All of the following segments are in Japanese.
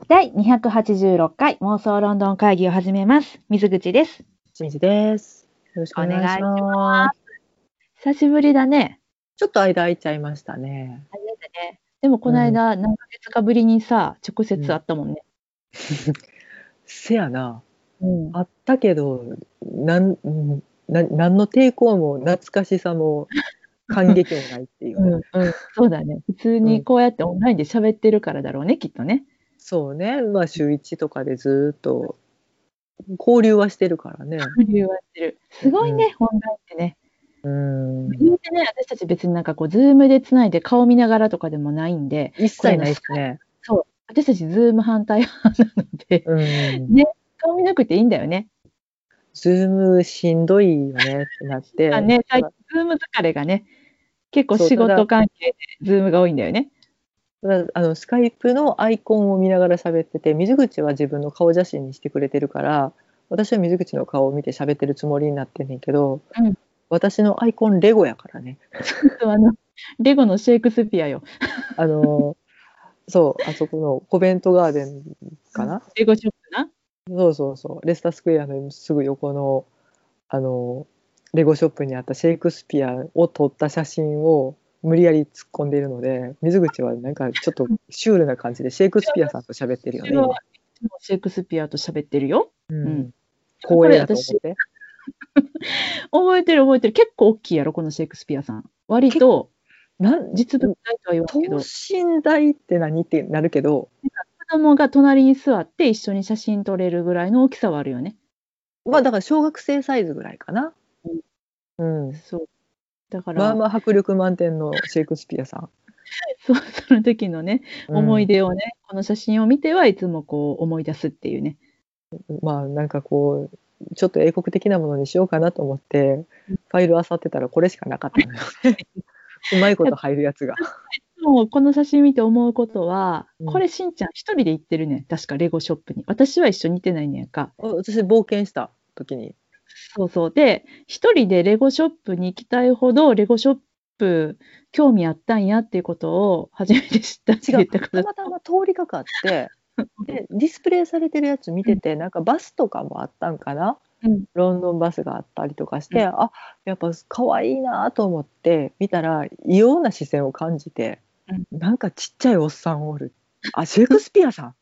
第286回妄想ロンドン会議を始めます。水口です。 清水です。よろしくお願いします。 久しぶりだね。 ちょっと間空いちゃいましたね。 でもこの間、何ヶ月かぶりにさ、直接会ったもんね。 せやな。 うん、 あったけど、何の抵抗も懐かしさも感激もないっていうね。 そうだね。普通にこうやってオンラインで喋ってるからだろうね、きっとね。 そうね。まあ週1とかでずっと交流はしてるからね。 交流はしてる。すごいね、オンラインってね。言うてね、私たち別になんかこう、ズームでつないで顔見ながらとかでもないんで。 一切ないですね。 そう。私たちズーム反対派なので、ね、顔見なくていいんだよね。 ズームしんどいよねってなって。 ね、ズーム疲れがね、結構仕事関係でズームが多いんだよね。 スカイプのアイコンを見ながら喋ってて、水口は自分の顔写真にしてくれてるから、私は水口の顔を見て喋ってるつもりになってんねんけど、私のアイコンレゴやからね。 レゴのシェイクスピアよ。 そう、あそこのコベントガーデンかな。 レゴショップな。 そう、レスタースクエアのすぐ横のレゴショップにあったシェイクスピアを撮った写真を無理やり突っ込んでいるので、水口はなんかちょっとシュールな感じでシェイクスピアさんと喋ってるよね。 シェイクスピアと喋ってるよ。 光栄だと思って。 覚えてる。結構大きいやろ、このシェイクスピアさん。割と実物大とは言わんけど。 等身大って何ってなるけど、 子供が隣に座って一緒に写真撮れるぐらいの大きさはあるよね。 まあだから小学生サイズぐらいかな。 そう。だからまあまあ迫力満点のシェイクスピアさん。 その時のね、思い出をね、この写真を見てはいつもこう思い出すっていうね。 まあなんかこうちょっと英国的なものにしようかなと思ってファイル漁ってたらこれしかなかったのよね。うまいこと入るやつが。 もうこの写真見て思うことは、これしんちゃん一人で行ってるねん。確かレゴショップに。私は一緒に行ってないねんか。 私冒険した時に。 そう。で、一人でレゴショップに行きたいほど、レゴショップ興味あったんやっていうことを初めて知ったって言ったから。 たまたま通りかかって、でディスプレイされてるやつ見てて、なんかバスとかもあったんかな。ロンドンバスがあったりとかして、あ、やっぱ可愛いなと思って見たら異様な視線を感じて、なんかちっちゃいおっさんおる。あ、シェイクスピアさんって。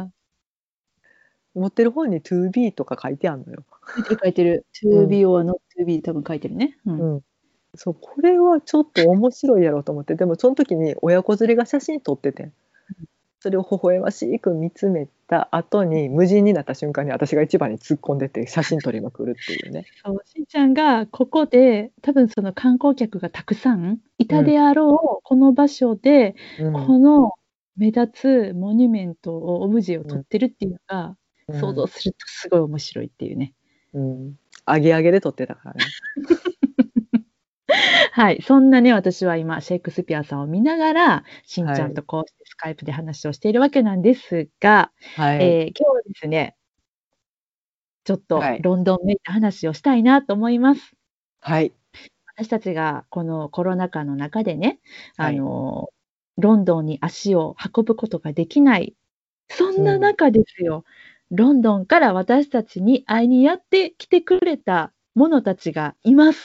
持ってる本に to be とか書いてあるのよ。 書いてる。to be or not to be 多分書いてるね。 そう、これはちょっと面白いやろうと思って、でもその時に親子連れが写真撮ってて、それを微笑ましく見つめた後に無人になった瞬間に私が一番に突っ込んでて写真撮りまくるっていうね。 そう、しんちゃんがここで多分その観光客がたくさんいたであろう、この場所で、この目立つモニュメントをオブジェを撮ってるっていうのが、想像するとすごい面白いっていうね。 アゲアゲで撮ってたからね。 はい、そんなね、私は今シェイクスピアさんを見ながら、しんちゃんとこうしてスカイプで話をしているわけなんですが、今日はですね、ちょっとロンドンめいた話をしたいなと思います。私たちがこのコロナ禍の中でね、ロンドンに足を運ぶことができない、そんな中ですよ、ロンドンから私たちに会いにやってきてくれた者たちがいます。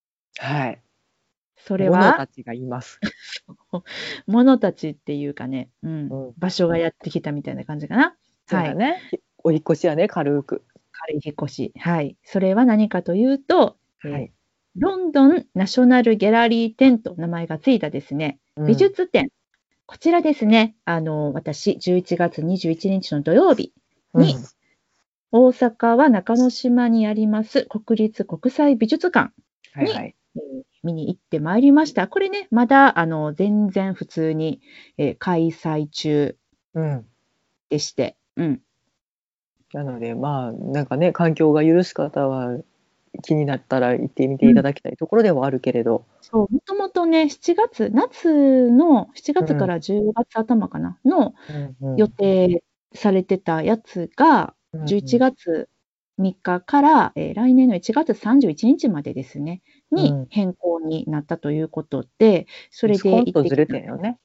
それは者たちがいます。 者たちっていうかね、場所がやってきたみたいな感じかな。 そうだね。お引越しやね、軽い引っ越し。それは何かというと、ロンドンナショナルギャラリー展と名前がついたですね、美術展。こちらですね、私、11月21日の土曜日に、大阪は中之島にあります国立国際美術館に、見に行ってまいりました。これね、まだ全然普通に、開催中でして。 なのでまあなんかね、環境が許す方は気になったら行ってみていただきたいところではあるけれど、 もともとね、夏の7月から10月頭かなの予定されてたやつが、11月3日から、来年の1月31日までですね、に変更になったということで、それで行ってきた。 ずれてんよね。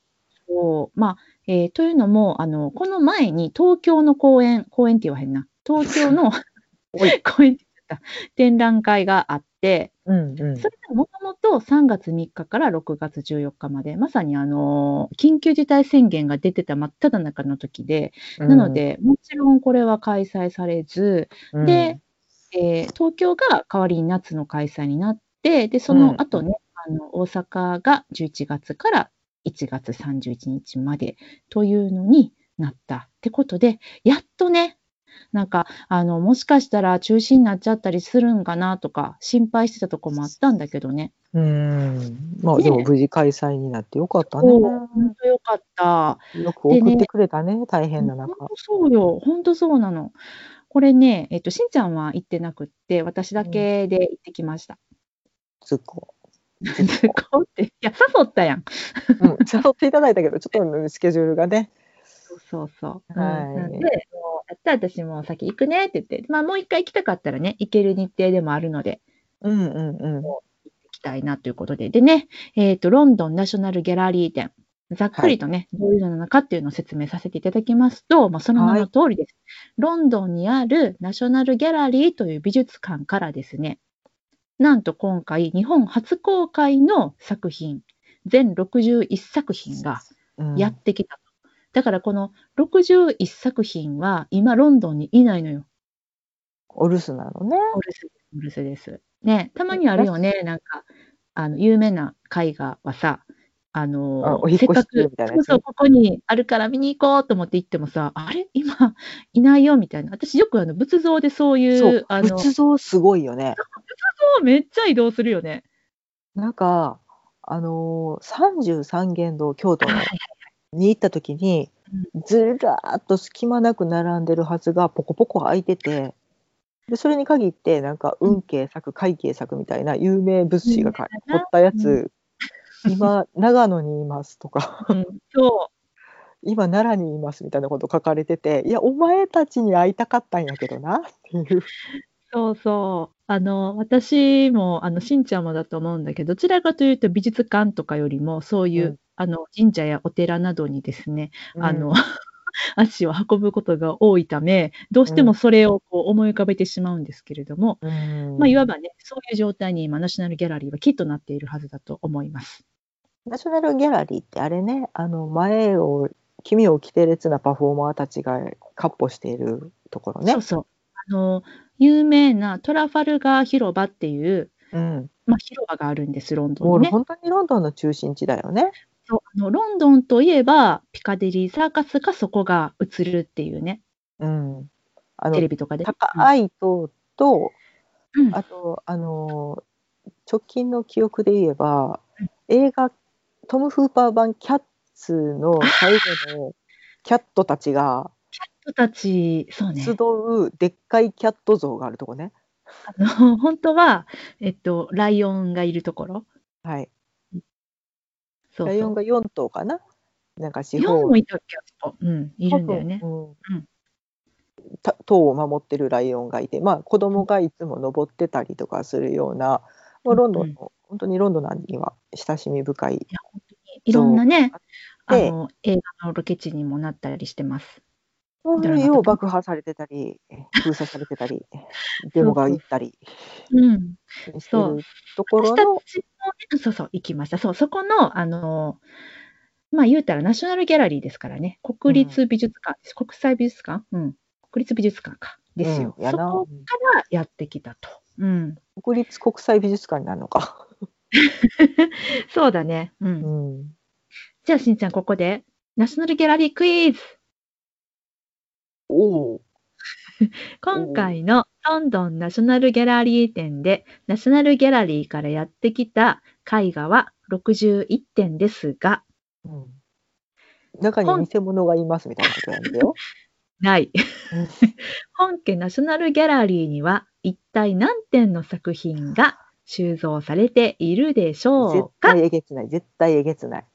というのも、この前に東京の公園って言わへんな。東京の公園って言っちゃった。展覧会があって、それがもともと3月3日から6月14日まで、まさに緊急事態宣言が出てた真っ只中の時で、なので、もちろんこれは開催されず、で、東京が代わりに夏の開催になって、で、その後ね、大阪が11月から1月31日までというのになったってことで、やっとね、なんか、もしかしたら中止になっちゃったりするんかなとか心配してたとこもあったんだけどね。 まあ、でも無事開催になってよかったね。 ほんとよかった。 よく送ってくれたね、大変な中。 ほんとそうよ。ほんとそうなの。これね、しんちゃんは行ってなくって、私だけで行ってきました。 ずっこ。 ずっこって、いや、誘ったやん。 誘っていただいたけど、ちょっとスケジュールがね。 そう。なんで、やったら私も先行くねって言って、もう一回行きたかったらね、行ける日程でもあるので。行ってきたいなということで。でね、ロンドンナショナルギャラリー展。ざっくりとね、どういうのなのかっていうのを説明させていただきますと、その名の通りです。ロンドンにあるナショナルギャラリーという美術館からですね、なんと今回、日本初公開の作品、全61作品がやってきたと。だからこの61作品は今ロンドンにいないのよ。 お留守なのね。 お留守です。ね、たまにあるよね、なんか、有名な絵画はさ、せっかく、そう、ここにあるから見に行こうと思って行ってもさ、あれ今いないよみたいな。私よく仏像でそういう、 仏像すごいよね。 仏像めっちゃ移動するよね。 なんか、33間堂、京都のに行った時に、ずらーっと隙間なく並んでるはずがポコポコ空いてて、でそれに限ってなんか運慶作、快慶作みたいな有名仏師が彫ったやつ、今長野にいますとか、 そう。 今奈良にいますみたいなこと書かれてて、いやお前たちに会いたかったんやけどなっていう。 そう。私もしんちゃんもだと思うんだけど、どちらかというと美術館とかよりも、そういう、神社やお寺などにですね、足を運ぶことが多いため、どうしてもそれをこう思い浮かべてしまうんですけれども、いわばね、そういう状態に今ナショナルギャラリーはきっとなっているはずだと思います。 ナショナルギャラリーってあれね、前を奇妙奇天烈なパフォーマーたちが闊歩しているところね。 そう。有名なトラファルガー広場っていう、広場があるんです、ロンドンにね。 もう本当にロンドンの中心地だよね。 そう、ロンドンといえば、ピカデリーサーカスがそこが映るっていうね。テレビとかで。 高い塔と、あと、直近の記憶で言えば、映画、トム・フーパー版キャッツの最後のキャットたちが、 そうね。 集うでっかいキャット像があるとこね。 本当は、ライオンがいるところ。 はい。 そう。 ライオンが4頭かな。なんか四方。4もいたっけ？いるんだよね。 塔を守ってるライオンがいて、子供がいつも登ってたりとかするような、ロンドンの、本当にロンドンには親しみ深い。 いろんなね、映画のロケ地にもなったりしてます。 よう爆破されてたり、封鎖されてたり、デモが行ったりしてるところの。 行きました。そこの、言うたらナショナルギャラリーですからね。国立美術館、国際美術館国立美術館か。ですよ。そこからやってきたと。 国立国際美術館になるのか。 そうだね。じゃあ、しんちゃん、ここで、ナショナルギャラリークイズ。今回のロンドンナショナルギャラリー展で、ナショナルギャラリーからやってきた絵画は61点ですが、 中に偽物がいますみたいなことなんだよ。 ない。本家ナショナルギャラリーには一体何点の作品が収蔵されているでしょうか？ 絶対えげつない。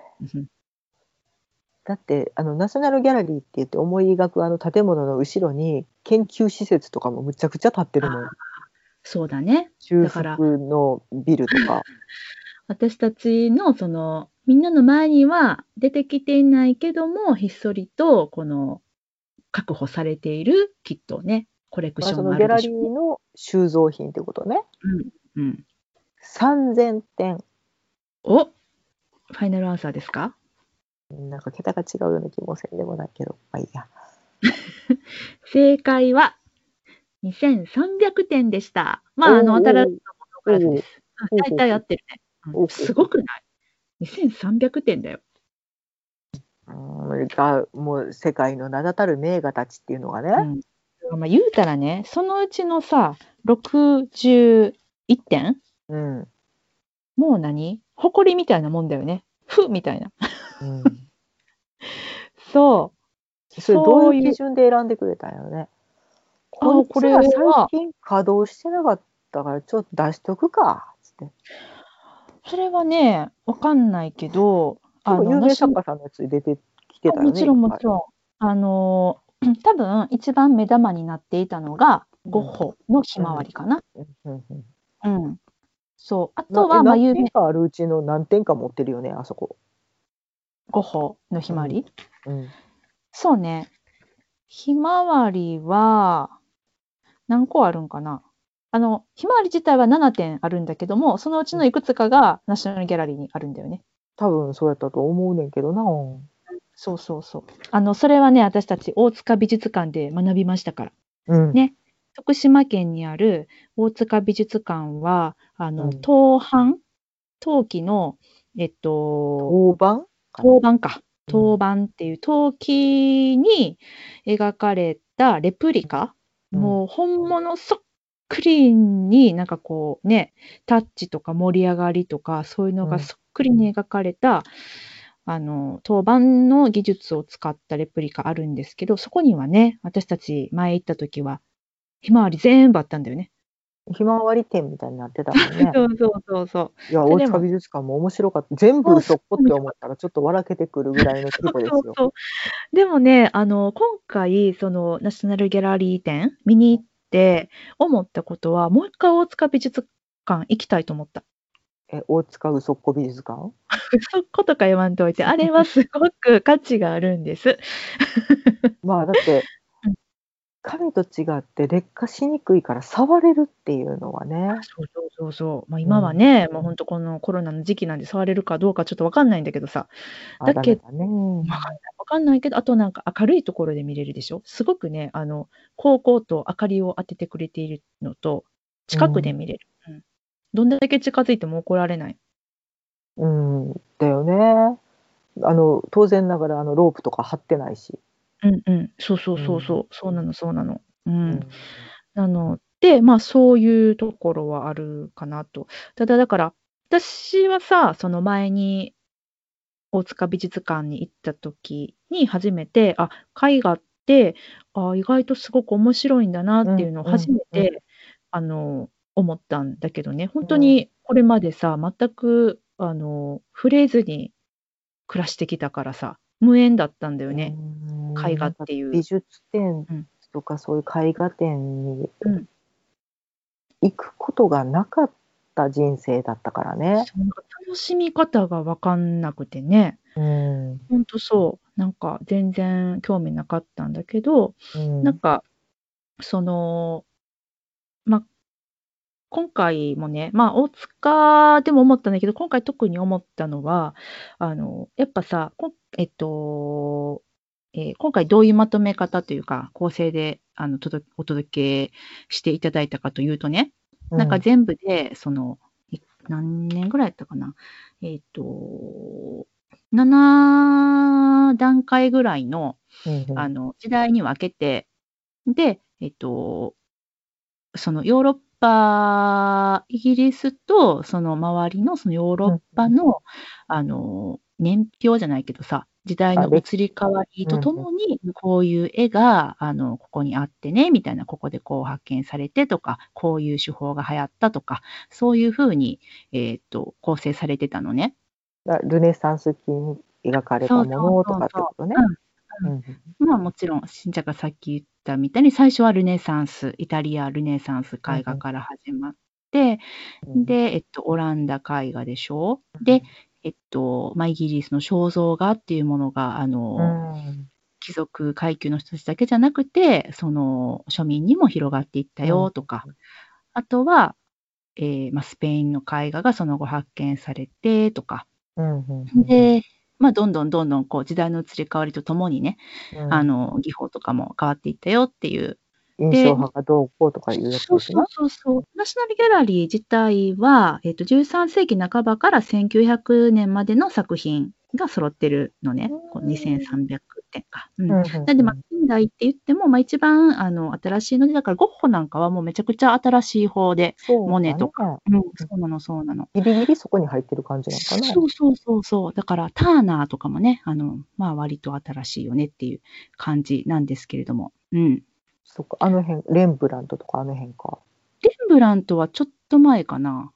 だってナショナルギャラリーって言って思い描く建物の後ろに研究施設とかもむちゃくちゃ建ってるのよ。 そうだね。 修復のビルとか。 私たちのそのみんなの前には出てきていないけども、ひっそりとこの確保されているきっとね、コレクションがあギャラリるでしょうね。 ーの収蔵品ってことね。 うん。うん。 3000点。 お、ファイナルアンサーですか？ なんか桁が違うような気もせんでもないけど、まあいいや。 正解は2300点でした。まあ、新しいものクラスです。大体合ってるね。すごくない？ 2300 点だよ。 がもう世界の名だたる名画たちっていうのがね。 まあ、言うたらね、そのうちのさ、61点、もう誇りみたいなもんだよね。みたいな。そう。 それどういう基準で選んでくれたんやろね。これは最近稼働してなかったからちょっと出しとくかつって。 それはね、わかんないけど、 有名作家さんのやつ出てきてたよね。 もちろん。多分一番目玉になっていたのがゴッホのひまわりかな。そう。あとは何点かあるうちの何点か持ってるよね、あそこ。 ゴッホのひまわり？そうね。ひまわりは何個あるんかな。ひまわり自体は7点あるんだけども、そのうちのいくつかがナショナルギャラリーにあるんだよね。 多分そうやったと思うねんけどな。 そう。それはね、私たち大塚美術館で学びましたから。ね。徳島県にある大塚美術館は、陶器の、陶板っていう陶器に描かれたレプリカ、もう本物そっくりになんかこうね、タッチとか盛り上がりとか、そういうのがそっくりに描かれた、陶板の技術を使ったレプリカあるんですけど、そこにはね、私たち前行った時は、ひまわり全部あったんだよね。 ひまわり展みたいになってたもんね。 そう。 いや、大塚美術館も面白かった。全部嘘っぽって思ったらちょっと笑けてくるぐらいの規模ですよ。 でもね、今回、そのナショナルギャラリー展見に行って思ったことは、もう一回大塚美術館行きたいと思った。 大塚嘘っこ美術館？ 嘘っことか言わんといて、あれはすごく価値があるんです。 まあだって、紙と違って劣化しにくいから触れるっていうのはね。 そう。まあ、今はね、もう本当このコロナの時期なんで触れるかどうかちょっとわかんないんだけどさ。だけど、わかんないけど、あとなんか明るいところで見れるでしょ。すごくね、こうと明かりを当ててくれているのと、近くで見れる。どんだけ近づいても怒られない。 だよね。当然ながらロープとか張ってないし。 そう。そうなの。なので、まあ、そういうところはあるかなと。ただだから、私はさ、その前に大塚美術館に行った時に初めて、絵画って、意外とすごく面白いんだなっていうのを初めて、思ったんだけどね、本当にこれまでさ、全く触れずに暮らしてきたからさ、無縁だったんだよね、絵画っていう。 美術展とかそういう絵画展に行くことがなかった人生だったからね。 楽しみ方が分かんなくてね。ほんとそう。なんか全然興味なかったんだけど、なんか、ま、今回もね、大塚でも思ったんだけど、今回特に思ったのは、やっぱさ、今回どういうまとめ方というか、構成でお届けしていただいたかというとね、なんか全部で何年ぐらいやったかな。7段階ぐらいの、時代に分けて、で、そのヨーロッパ、イギリスとその周りのそのヨーロッパの、年表じゃないけどさ、時代の移り変わりとともに、こういう絵が、ここにあってね、みたいな、ここでこう発見されてとか、こういう手法が流行ったとか、そういう風に、構成されてたのね。 ルネサンス期に描かれたものとかってことね。 まあもちろん、しんちゃんがさっき言ったみたいに、最初はルネサンス、イタリアルネサンス絵画から始まって、で、オランダ絵画でしょ。で、 イギリスの肖像画っていうものが、貴族階級の人たちだけじゃなくて、その庶民にも広がっていったよとか、あとは、スペインの絵画がその後発見されてとか、で、どんどんこう時代の移り変わりとともにね、技法とかも変わっていったよっていう。 印象派がどうこうとかいうやつですね。 そう。ナショナルギャラリー自体は、13世紀半ばから1900年までの作品が揃ってるのね。2300点か。なんで、近代って言っても、一番新しいので、だからゴッホなんかはもうめちゃくちゃ新しい方で、モネとか。そうなの。 ギリギリそこに入ってる感じなのかな。 そう。だからターナーとかもね、割と新しいよねっていう感じなんですけれども。 そっか、辺、レンブラントとか辺か。 レンブラントはちょっと前かな。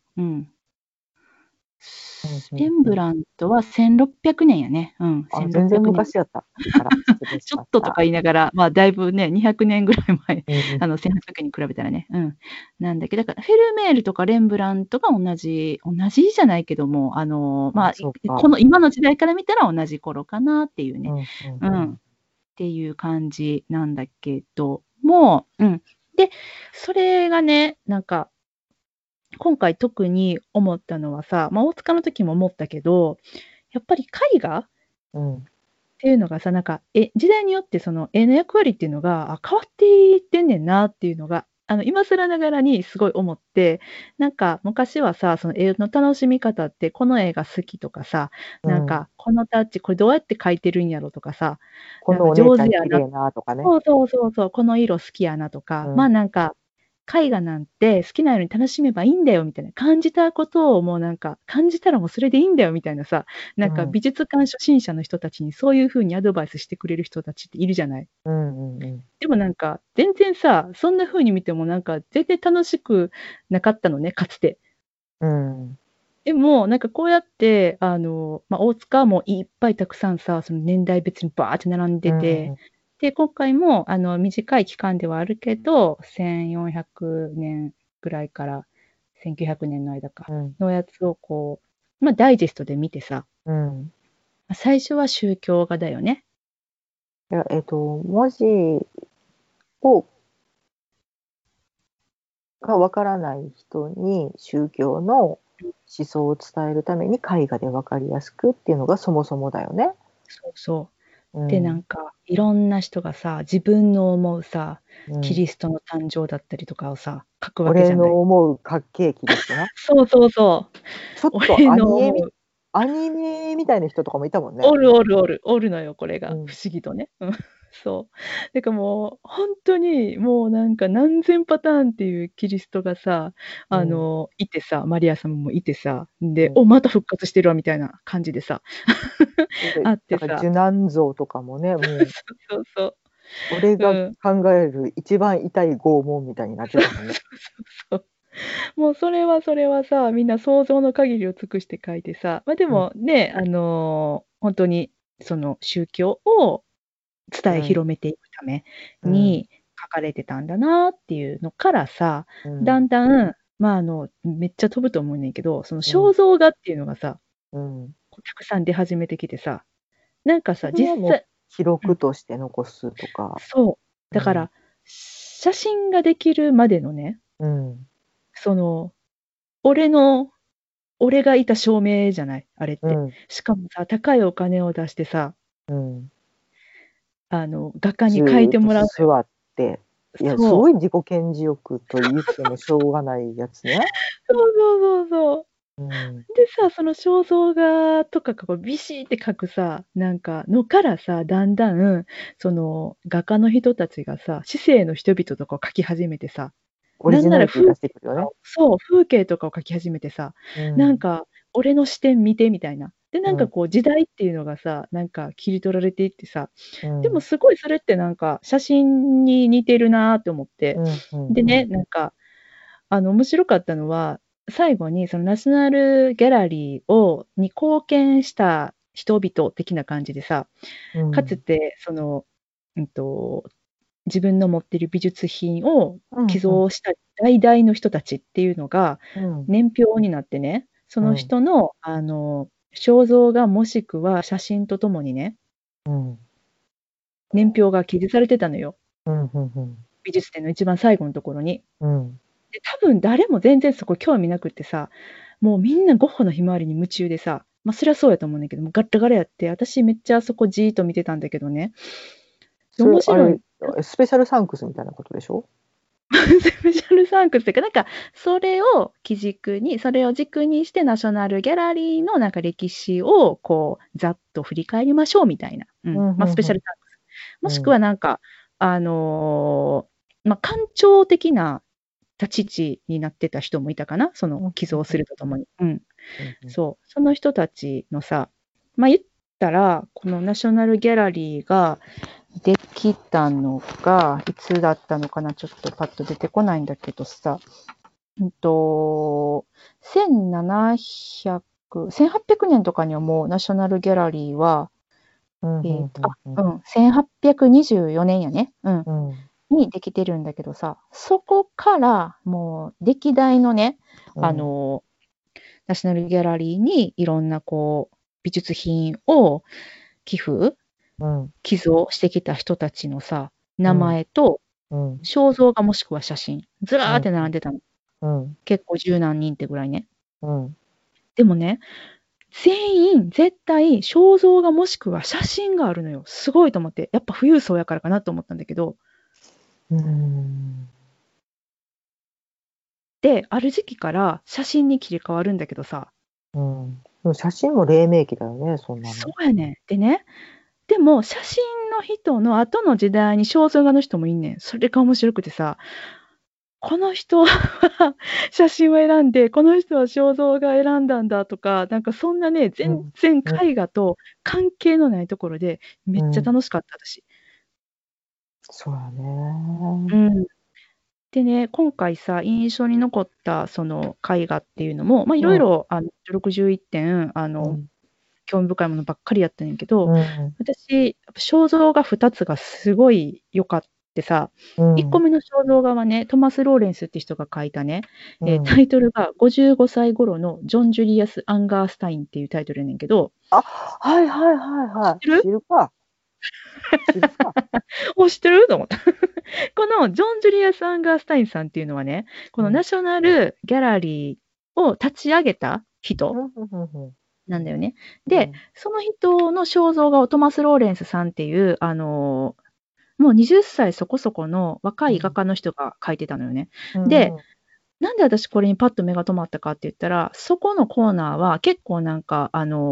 レンブラントは1600年やね。 全然昔やった。 ちょっととか言いながら、だいぶね、200年ぐらい前、1800年に比べたらね。なんだけど、だからフェルメールとかレンブラントが同じじゃないけども、この今の時代から見たら同じ頃かなっていうね。っていう感じなんだけども、で、それがね、なんか、今回特に思ったのはさ、大塚の時も思ったけど、やっぱり絵画っていうのがさ、なんか、時代によってその絵の役割っていうのが変わっていってんねんなっていうのが、今更ながらにすごい思って、なんか昔はさ、その絵の楽しみ方って、この絵が好きとかさ、なんか、このタッチ、これどうやって描いてるんやろとかさ、 このお姉ちゃん綺麗なとかね。 そう、この色好きやなとか、なんか、絵画なんて好きなように楽しめばいいんだよみたいな、感じたことをもうなんか、感じたらもうそれでいいんだよみたいなさ、なんか美術館初心者の人たちにそういう風にアドバイスしてくれる人たちっているじゃない。でもなんか、全然さ、そんな風に見てもなんか全然楽しくなかったのね、かつて。でも、なんかこうやって、大塚もいっぱいたくさんさ、その年代別にバーって並んでて、で、今回も短い期間ではあるけど、1400年ぐらいから1900年の間かのやつをこう、ダイジェストで見てさ、最初は宗教画だよね。 いや、文字をがわからない人に宗教の思想を伝えるために絵画でわかりやすくっていうのがそもそもだよね。 そう。で、なんか、いろんな人がさ、自分の思うさ、キリストの誕生だったりとかをさ、書くわけじゃない。 俺の思うかっけえキリストな。 そう。 ちょっとアニメみたいな人とかもいたもんね。 おるのよ、これが。不思議とね。そう。だからもう、本当に、もうなんか何千パターンっていうキリストがさ、いてさ、マリア様もいてさ、で、また復活してるわみたいな感じでさ、あってさ。 受難像とかもね、もう。 そう。 俺が考える一番痛い拷問みたいになってたもんね。 そう。もうそれはさ、みんな想像の限りを尽くして書いてさ、でもね、本当にその宗教を伝え広めていくために書かれてたんだなっていうのからさ、だんだん、めっちゃ飛ぶと思うねんけど、その肖像画っていうのがさ、たくさん出始めてきてさ、なんかさ、実際記録として残すとか。 そう。だから、写真ができるまでのね、その、俺がいた証明じゃない、あれって。しかもさ、高いお金を出してさ、画家に描いてもらう。 座って、いや、すごい自己顕示欲と言ってもしょうがないやつね。 そう。でさ、その肖像画とかがビシって描くさ、なんかのからさ、だんだん、その画家の人たちがさ、市井の人々とかを描き始めてさ、なんなら風景とかを描き始めてさ、なんか、俺の視点見てみたいな。で、なんかこう時代っていうのがさ、なんか切り取られていってさ、でもすごいそれってなんか写真に似てるなって思って。でね、なんか、面白かったのは、最後にそのナショナルギャラリーに貢献した人々的な感じでさ、かつてその、自分の持っている美術品を寄贈した代々の人たちっていうのが年表になってね、その人の、 肖像画もしくは写真とともにね、 うん。 年表が記述されてたのよ。 うんうんうん。 美術展の一番最後のところに。 うん。 で、多分誰も全然そこ興味なくってさ、もうみんなゴッホのひまわりに夢中でさ、ま、そりゃそうやと思うねんけども、ガッラガラやって、私めっちゃそこじーっと見てたんだけどね。で、 それ、あ面白い。 れ、スペシャルサンクスみたいなことでしょ？ スペシャルサンクスっていうか、なんか、それをそれを軸にしてナショナルギャラリーのなんか歴史をこう、ざっと振り返りましょうみたいな。ううん。ま、スペシャんうんルサンクス。もしくうん。 はなんか、ま、館長的な立ち位置になってた人もいたかな、そのうん寄贈するとともに。うん。 うんうん。 そう、その人たちのさ、ま、言ったら、このナショナルギャラリーができたのが、いつだったのかな、ちょっとパッと出てこないんだけどさ、1800年とかにはもうナショナルギャラリーは、 うんうんうん 1824年やね。うん。 うん。 にできてるんだけどさ、そこからもう歴代のね、 うん。 ナショナルギャラリーにいろんなこう、美術品をうん。 寄贈してきた人たちのさ、名うん。 前とうん。 肖像画もしくは写真、ずらーって並んでたの。 うん。 結構十何人ってぐらいね。 うん。 でもね、全員絶対肖像画もしくは写真があるのよ。すごいと思って。やっぱ富裕層やからかなと思ったんだけど、 うん。 で、ある時期から写真に切り替わるんだけどさ、 うん。でも写真も黎明期だよね、そんなの。 そうやねん。でね、でも写真の人の後の時代に肖像画の人もいんねん。それが面白くてさ、この人は写真を選んで、この人は肖像画選んだんだとか、なんかそんなね、全うん。 然うん。 絵画と関係のないところで、めっちゃうん。 楽しかった、私。 そうやね。 うん。でね、今回さ、印象に残ったその絵画っていうのも、ま、いうん。 ろいろ61点、 うん。 興味深いものばっかりやったんやけど、 うん。 私、やっぱ肖像画2つがすごい良かってさ、1個うん。 目の肖像画はね、トマス・ローレンスって人が描いたね、 うん。 タイトルが55歳頃のジョン・ジュリアス・アンガースタインっていうタイトルやねんけど、 あ、はいはいはいはい。 知ってる？ 知るか。知るか。 知ってる？と思った。このジョン・ジュリアス・アンガースタインさんっていうのはね、こうん。 のナショナルギャラリーを立ち上げた人うんうんうんうん。 なんだよね。で、 うん。 その人の肖像画をトマス・ローレンスさんっていう、もう20歳そこそこの若うん。 い画家の人が描いてたのよね。で、 うんうん。 なんで私これにパッと目が留まったかって言ったら、そこのコーナーは結構なんか、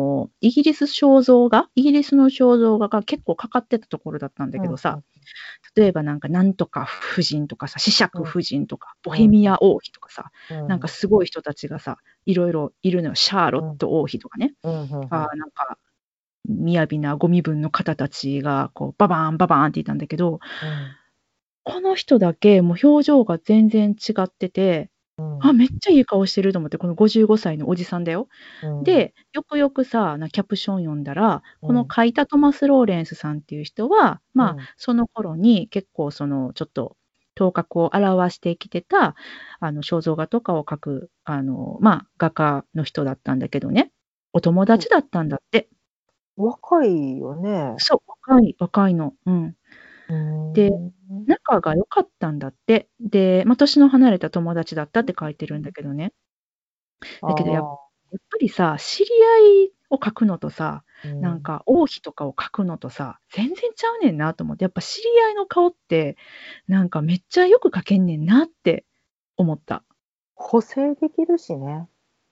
イギリスの肖像画が結構かかってたところだったんだけどさ、 うんうん例えばなんかなんとか夫人とかさ、子爵うん夫人とか、ボヘうんミア王妃とかさ、なんかうんすごい人たちがさ、いろいろいるのよ。シャーロッうんト王妃とかね。 うんうんうんなんか、雅なご身分の方たちがこうババーンババーンっていたんだけど、 うんこの人だけもう表情が全然違ってて、 うんめっちゃいい顔してると思って、この55歳のおじさんだよ。 うんで、よくよくさ、キャプション読んだら、このうん書いたトマス・ローレンスさんっていう人は、 うんその頃に結構そのちょっと頭角を現してきてた、肖像画とかを描く、画家の人だったんだけどね。お友達だったんだって。 若いよね。 そう、若いの。うん。 うーで、 ん。 仲が良かったんだって。で、年の離れた友達だったって書いてるんだけどね。 あだけどあ、 やっぱりさ、知り合いを書くのとさ、なんうん。 か王妃とかを書くのとさ、全然ちゃうねんなと思って、やっぱ知り合いの顔って、なんかめっちゃよく描けんねんなって思った。 補正できるしね。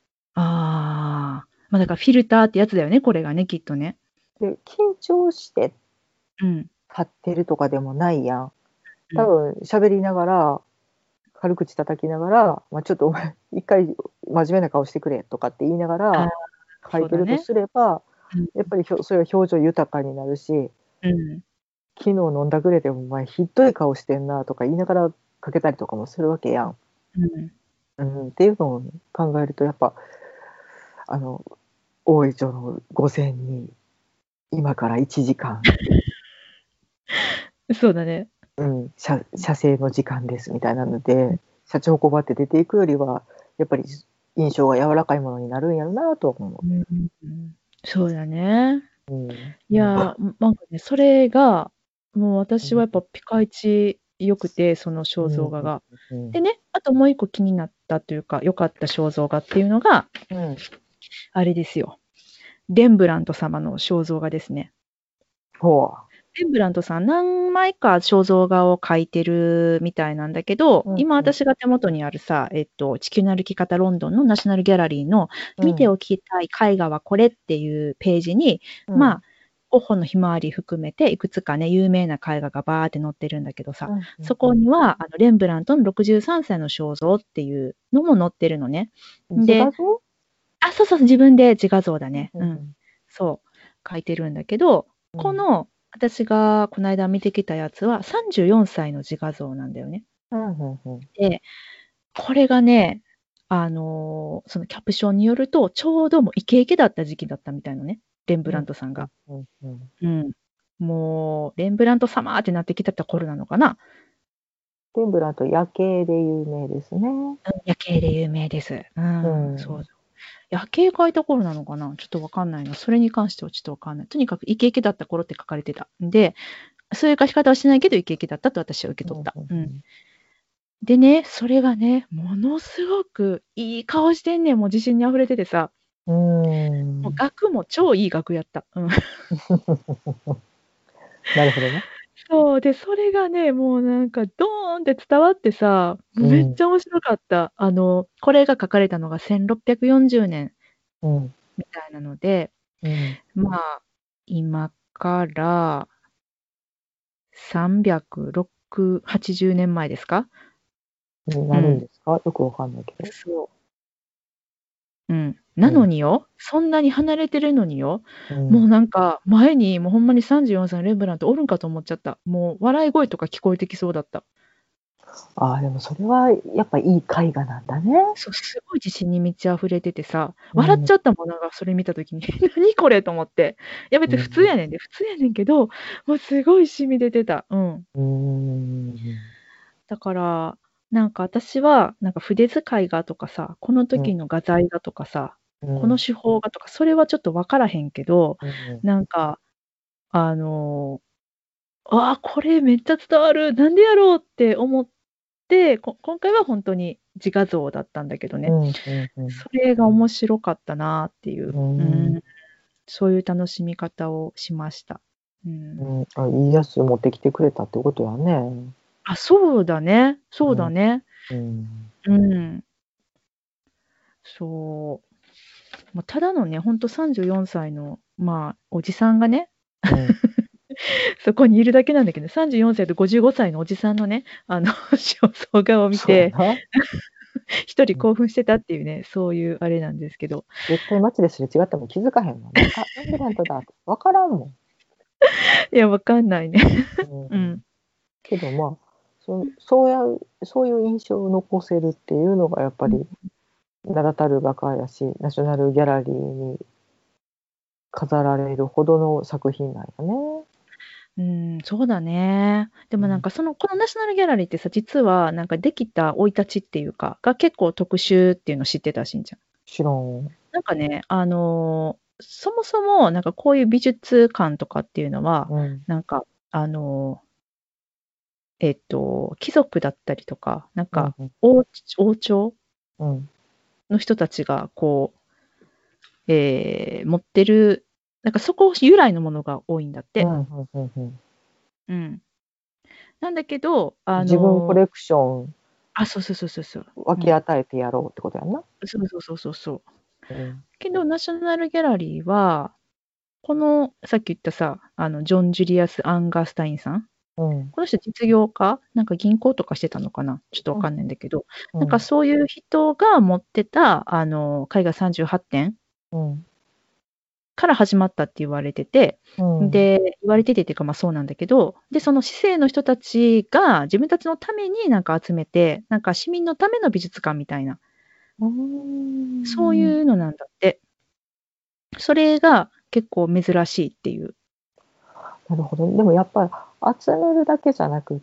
だからフィルターってやつだよね、これがね、きっとね。 で、緊張してうん、 立ってるとかでもないやん。 うん、 多分喋りながら、軽口叩きながら、ちょっとお前一回真面目な顔してくれとかって言いながああ、 ら書いてるとそうだね。 すれば、 うん、 やっぱりそれは表情豊かになるし、 うん、 昨日飲んだくれてもお前ひどい顔してんなとか言いながらかけたりとかもするわけやん。 うん。 うん、っていうのを考えるとやっぱあの大井町の午前に今から1時間、 そうだね。 うん、写生の時間ですみたいなので、シャチホコばって出ていくよりは、やっぱり印象が柔らかいものになるんやろなと思う。 うんうんうん。 そうだね。 うん。 いや、なんかね、それが、もう私はやっぱピカイチ良くて、その肖像画が。でね、あともう一個気になったというか、良かった肖像画っていうのが、あれですよ。レンブラント様の肖像画ですね。 ほレンブラントさん、何枚か肖像画を描いてるみたいなんだけど、今私が手元にあるさ、地球の歩き方ロンドンのナショナルギャラリーの見ておきたい絵画はこれっていうページに、まあ、ゴッホのひまわり含めていくつかね、有名な絵画がバーって載ってるんだけどさ、そこにはレンブラントの63歳の肖像っていうのも載ってるのね。 自画像？ そうそう、自分で自画像だね。そう、描いてるんだけど、この私がこの間見てきたやつは34歳の自画像なんだよね。で、これがね、そのキャプションによると、ちょうどもうイケイケだった時期だったみたいのね、レンブラントさんが。もうレンブラント様ってなってきた頃なのかな。 レンブラント夜景で有名ですね。 夜景で有名です。そう。夜景描いた頃なのかな、ちょっとわかんないな。それに関してはちょっとわかんない。とにかくイケイケだった頃って書かれてた。で、そういう書き方はしないけどイケイケだったと私は受け取った。でね、それがね、ものすごくいい顔してんねん。もう自信に溢れててさ。もう額も超いい額やった。 なるほどね。 そう。で、それがね、もうなんかドーンって伝わってさ、めっちゃ面白かった。これが書かれたのが1640年みたいなので、まあ、今から360、80年前ですか？ なるんですか？よくわかんないけど。 そう。なのによ、そんなに離れてるのによ、もうなんか前にもうほんまに34歳のレンブラントおるんかと思っちゃった。もう笑い声とか聞こえてきそうだった。 でもそれはやっぱいい絵画なんだね。 そう、すごい自信に満ち溢れててさ、笑っちゃったもん、なんかそれ見た時に。何これと思って。いや別に普通やねんで、普通やねんけど、もうすごい染み出てた。だから、なんか私は、なんか筆使いがとかさ、この時の画材がとかさ、この手法がとか、それはちょっとわからへんけど、なんか、これめっちゃ伝わる、なんでやろうって思って、今回はほんとに自画像だったんだけどね。それが面白かったなっていう、そういう楽しみ方をしました。 いいやつ持ってきてくれたってことやね。 そうだね。そうだね。そう。ただのね、ほんと34歳の、おじさんがね、そこにいるだけなんだけど、34歳と55歳のおじさんのね、肖像画を見て、一人興奮してたっていうね、そういうあれなんですけど。 絶対街ですれ違っても気づかへんもんね。レンブラントだってわからんもん。 いや、わかんないね。 けどそういう印象を残せるっていうのがやっぱり名だたる画家やし、ナショナルギャラリーに飾られるほどの作品なんやね。 そうだね。でもなんかこのナショナルギャラリーってさ、実はなんかできた生い立ちっていうか、が結構特殊っていうの知ってた？しんちゃん。 知らん。 なんかね、そもそもなんかこういう美術館とかっていうのは、なんか貴族だったりとか、なんか王朝の人たちがこう、持ってる、なんかそこ由来のものが多いんだって。なんだけど、 自分コレクションそうそうそうそうそう。 分け与えてやろうってことやんな。 そうそうそうそうそう。けど、ナショナルギャラリーは、このさっき言ったさ、ジョン・ジュリアス・アンガースタインさん、この人実業家、なんか銀行とかしてたのかな、ちょっとわかんないんだけど、なんかそういう人が持ってた、絵画38点から始まったって言われてて、で、言われててっていうか、そうなんだけど、で、その市政の人たちが自分たちのためになんか集めて、なんか市民のための美術館みたいな、そういうのなんだって。それが結構珍しいっていう。 なるほど。でもやっぱり集めるだけじゃなくって、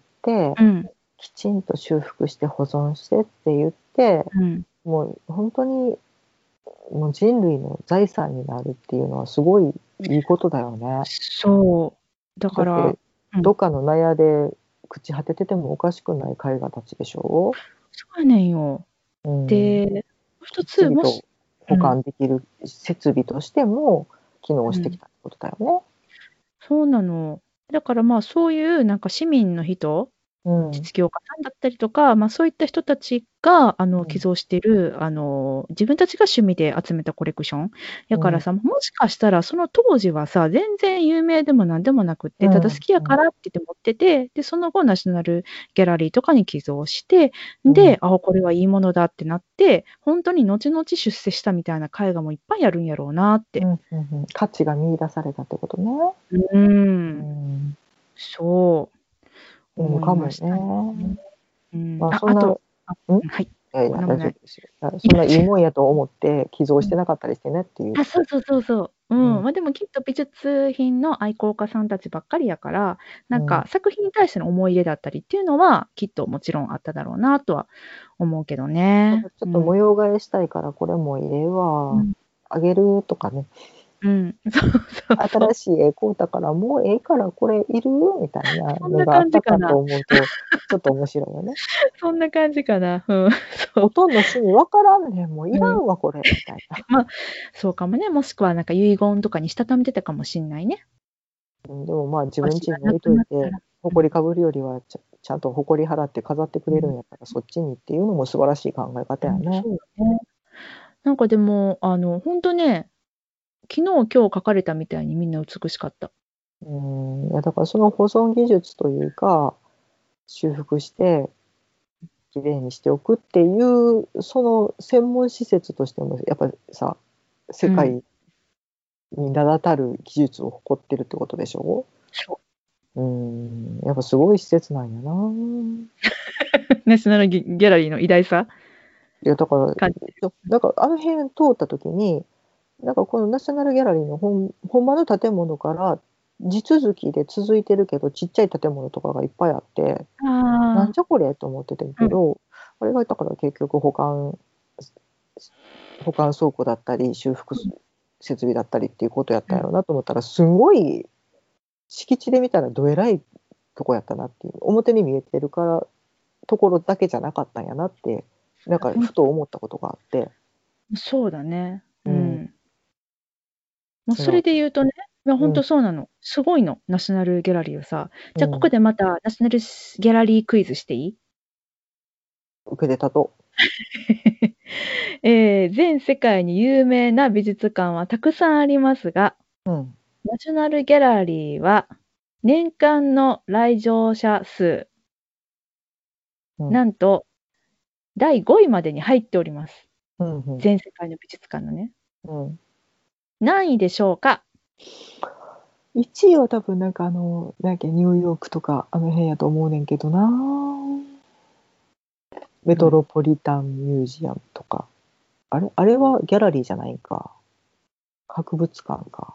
きちんと修復して保存してって言って、もう本当にもう人類の財産になるっていうのはすごいいいことだよね。 そう。だから、 だって、どっかの納屋で朽ち果てててもおかしくない絵画たちでしょ。 そうやねんよ。 うん。 で、もう一きっちつ、 りと保うん、 管できる設備としても機能うん、 してきたってことだよそうなの。だからまあ、そういうなんか市民の人ね。うん。 実業家さんだったりとか、まあ、そういった人たちが、寄うん。 贈している、自分たちが趣味で集めたコレクション。やうん。 からさ、もしかしたらその当時はさ、全然有名でもなんでもなくって、ただ好うん。 きやからって言って持ってて、で、その後ナショナルギャラリーとかに寄贈して、 うん。 で、あ、これはいいものだってなって、本当に後々出世したみたいな絵画もいっぱいあるんやろうなって。 うん。うん。価値が見出されたってことね。 ううん、 ん。 そううん思いかもね。 ましたね。うん。 まあ、 あ、 そんな、 あと、あ、 ん、 はい。 いや、 なんもない。 大丈夫ですよ。そんないいもんやと思って寄贈してなかったりしてねっていう。 あ、そうそうそうそう。ううん。 ん。ま、でもきっと美術品の愛好家さんたちばっかりやから、なんうん。 か作品に対しての思い入れだったりっていうのは、きっともちろんあっただろうなとは思うけどね。 なんかちょっうん。 と模様替えしたいからこれも入れるわ。 うん。 あげるとかね。 うん。そうそうそう。 新しい絵買うたからもうええからこれいるみたいなそんなのがあったかと感じかな。 思うと、ちょっと面白いよね。 そんな感じかな。うん。そう。 ほとんど趣味わからんねん、もういらうん。 んわこれみたいな。 ま、そうかもね。もしくはなんか遺言とかにしたためてたかもしんないね。 うん、でもまあ自分私が家に置い亡くなったといて、 ら。うん。 埃かぶるよりはちゃんと埃払って飾ってくうん。 れるんやったらそっちにっていうのも素晴らしい考え方うん、 やね。 そうだね。なんかでも、ほんとね、昨日、今日描かれたみたいにみんな美しかった。 いやだからその保存技術というか、修復して綺麗にしておくっていう、その専門施設としてもやっぱりさ、世うん。 界に名だたる技術を誇ってるってことでしょ。 そう。 やっぱすごい施設なんやな。 ナショナルギャラリーの偉大さいやだから、 感じてる。 なんかあの辺通った時に、なんかこのナショナルギャラリーのほんまの建物から地続きで続いてるけど、ちっちゃい建物とかがいっぱいあって、なんあじゃこれと思っててんあ、うん、 けど、あれがだから結局保管倉庫だったり、修復うん。 設備だったりっていうことやっうん。 たんやろなと思ったら、すんごい敷地で見たらどえらいとこやったなっていう、表に見えてるからところだけじゃなかったんやなって、なんかほんふと思ったことがあって、 そうだね。 うん、 うん。もうそれその、 で言うとね、いやほんうん、 とそうなの。すごいの、ナショナルギャラリーをさ。じゃ、ここうん、 でまたナショナルギャラリークイズしていい？ 受けてたと。 全世界に有名な美術館はたくさんありますが、 うん、 ナショナルギャラリーは年間の来場者数、 うん、 なんと第5位までに入っております。 うん、うん、 全世界の美術館のね。 うん。 何位でしょうか？ 1位は多分なんかなんやっけ、ニューヨークとかあの辺やと思うねんけどな。メうん。 トロポリタンミュージアムとか。あれはギャラリーじゃないんか。博物館か。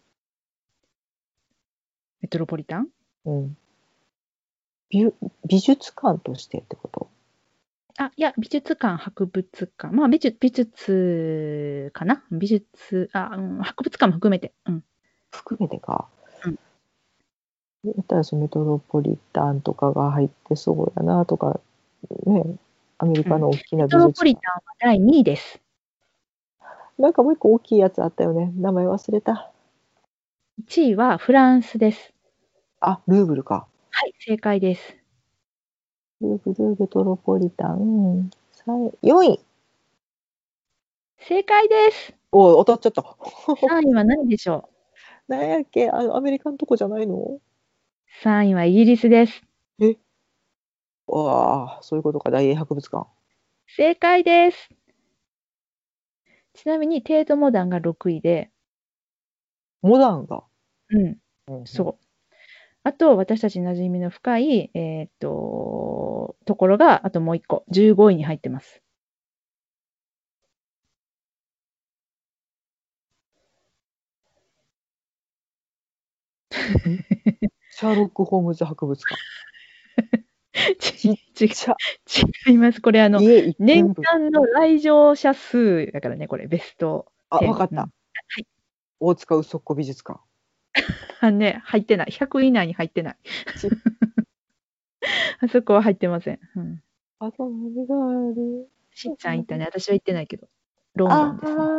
メトロポリタン？ うん。美美術館としてってこと？ あ、いや、美術館、博物館。まあ、美術かな？美術、あ、うん、博物館も含めて。うん。 含めてか。 うん。 だったらそのメトロポリタンとかが入ってそうやなとか、ね、アメリうん。 カの大きメトロな美術館。 ポリタンは第2位です。 なんかもう一個大きいやつあったよね。名前忘れた。 1位はフランスです。 あ、ルーブルか。 はい、正解です。 ルーブル、メトロポリタン、4位。 正解です。 おお、当たっちゃった。 3位は何でしょう？ なんやっけ、アメリカのとこじゃないの？ 3位はイギリスです。 え、わあ、そういうことか、大英博物館。 正解です。ちなみにテートモダンが6位で、 モダンが。 うん、 うんうん。 そう。あと、私たちに馴染みの深い、ところが、あともう1個、15位に入ってます。 シャーロック・ホームズ博物館。 ちっちゃ。 違います。これ家一年軒分。 間の来場者数だからね、これベストあ、 10。 わかっうん。 た。 はい。 大塚ウソッコ美術館。 入ってない。100以内に入ってない。 ちあそこは入ってません。うん。 あと何がある？ しんちゃん行ったね。私は行ってないけど。ロンドンですね。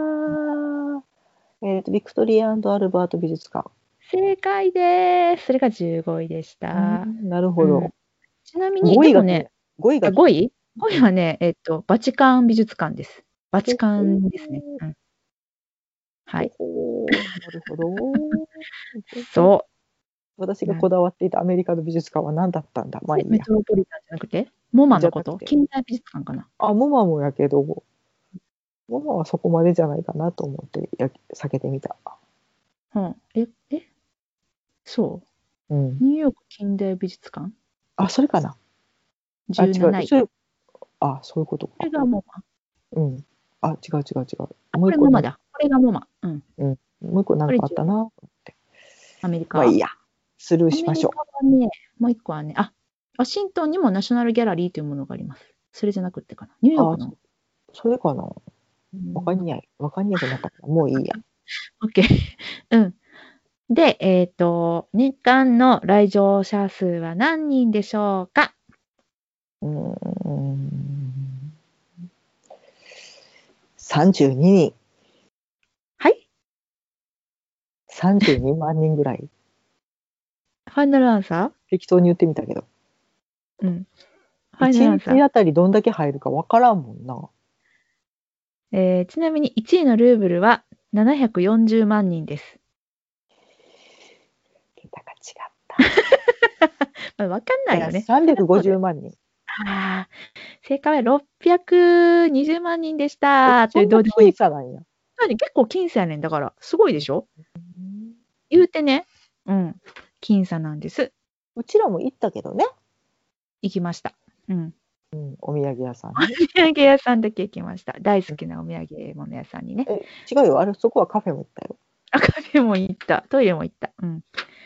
ビクトリア&アルバート美術館。 正解です。それが15位でした。 なるほうん。 ど。 ちなみに、 5 で位がもね、 5位が 5位?5 位うん。 はね、バチカン美術館です。バチカほほンですね。うん。はほい。 ほなるほど。 そ私う。 がこだわっていたアメリカの美術館は何だったんだ。まあいいメや。 トロポリタンじゃなくて、モマじのこゃなくて。 と近代美術館かな。 モマもやけど、モマはそこまでじゃないかなと思って避けてみた。 うん。そう。 うん。 ニューヨーク近代美術館それかな。違 17 う。 位。 そういうことこれか。 がモマ。 うん。違う。もこう一個れモマだ。これがモマ。うん。 もう一個なんこれかあったなって。 アメリカ。 まあいいや。スルーアメリしましょカはね、もう一個はね、ワシントンにもナショナルギャラリーというものがあります。それじゃなくてかな。ニューヨークの。 それかな。わかんないくなったから、もういいや。 OK。うん。で、年間の来場者数は何人でしょうか 32人。 はい。 32万人ぐらい。 ファイナルアンサ適当に言ってみたけど。 ー。うん。ファイナルアン 1 サー。 日あたりどんだけ入るかわからんもんな。 ちなみに1位のルーブルは740万人です。 桁が違った。 わかんないよね。 350万人。 正解は620万人でした。 そんな僅差なんや。 結構僅差やねん。だから、すごいでしょ言うてね。うん。僅差なんです。 うちらも行ったけどね。 行きました。うん。 お土産屋さんお土産屋さんだけ行きました。大好きなお土産物屋さんにね。 違うよ。そこはカフェも行ったよ。 カフェも行った。トイレも行った。うん。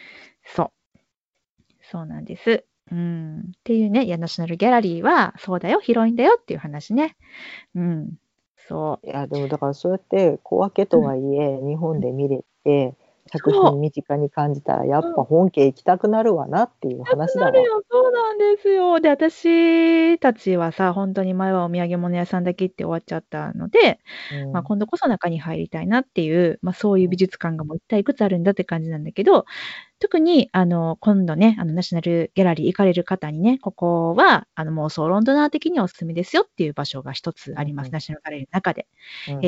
そうなんです。っていうね、ナショナルギャラリーは、そうだよ、広いんだよっていう話ね。そう。 いや、でもだからそうやって小分けとはいえ、日本で見れて、作品身近に感じたら、やっぱ本家行きたくなるわなっていう話だわ。 そうなんですよ。で、私たちはさ、本当に前はお土産物屋さんだけって終わっちゃったので、今度こそ中に入りたいなっていう、そういう美術館がもう一体いくつあるんだって感じなんだけど、特に、今度ね、ナショナルギャラリー行かれる方にね、ここは、妄想ロンドナー的におすすめですよっていう場所が一つあります。ナショナルギャラリーの中で。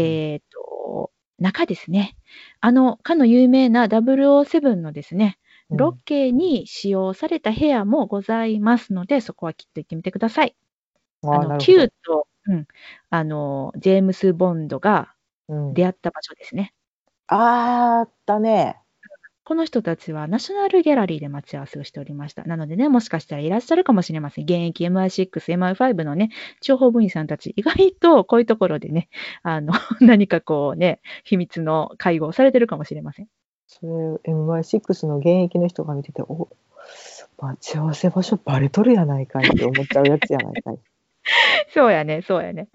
中ですね。かの有名な007のですね、ロケに使用された部屋もございますので、そこはきっと行ってみてください。Q と、ジェームス・ボンドが出会った場所ですね。 あったね。 この人たちはナショナルギャラリーで待ち合わせをしておりました。なのでね、もしかしたらいらっしゃるかもしれません。現役 MI6、MI5 のね、諜報部員さんたち、意外とこういうところでね、何かこうね、秘密の会合をされてるかもしれません。 それ、MI6 の現役の人が見てて、待ち合わせ場所バレとるやないかいって思っちゃうやつやないかい。 そうやね。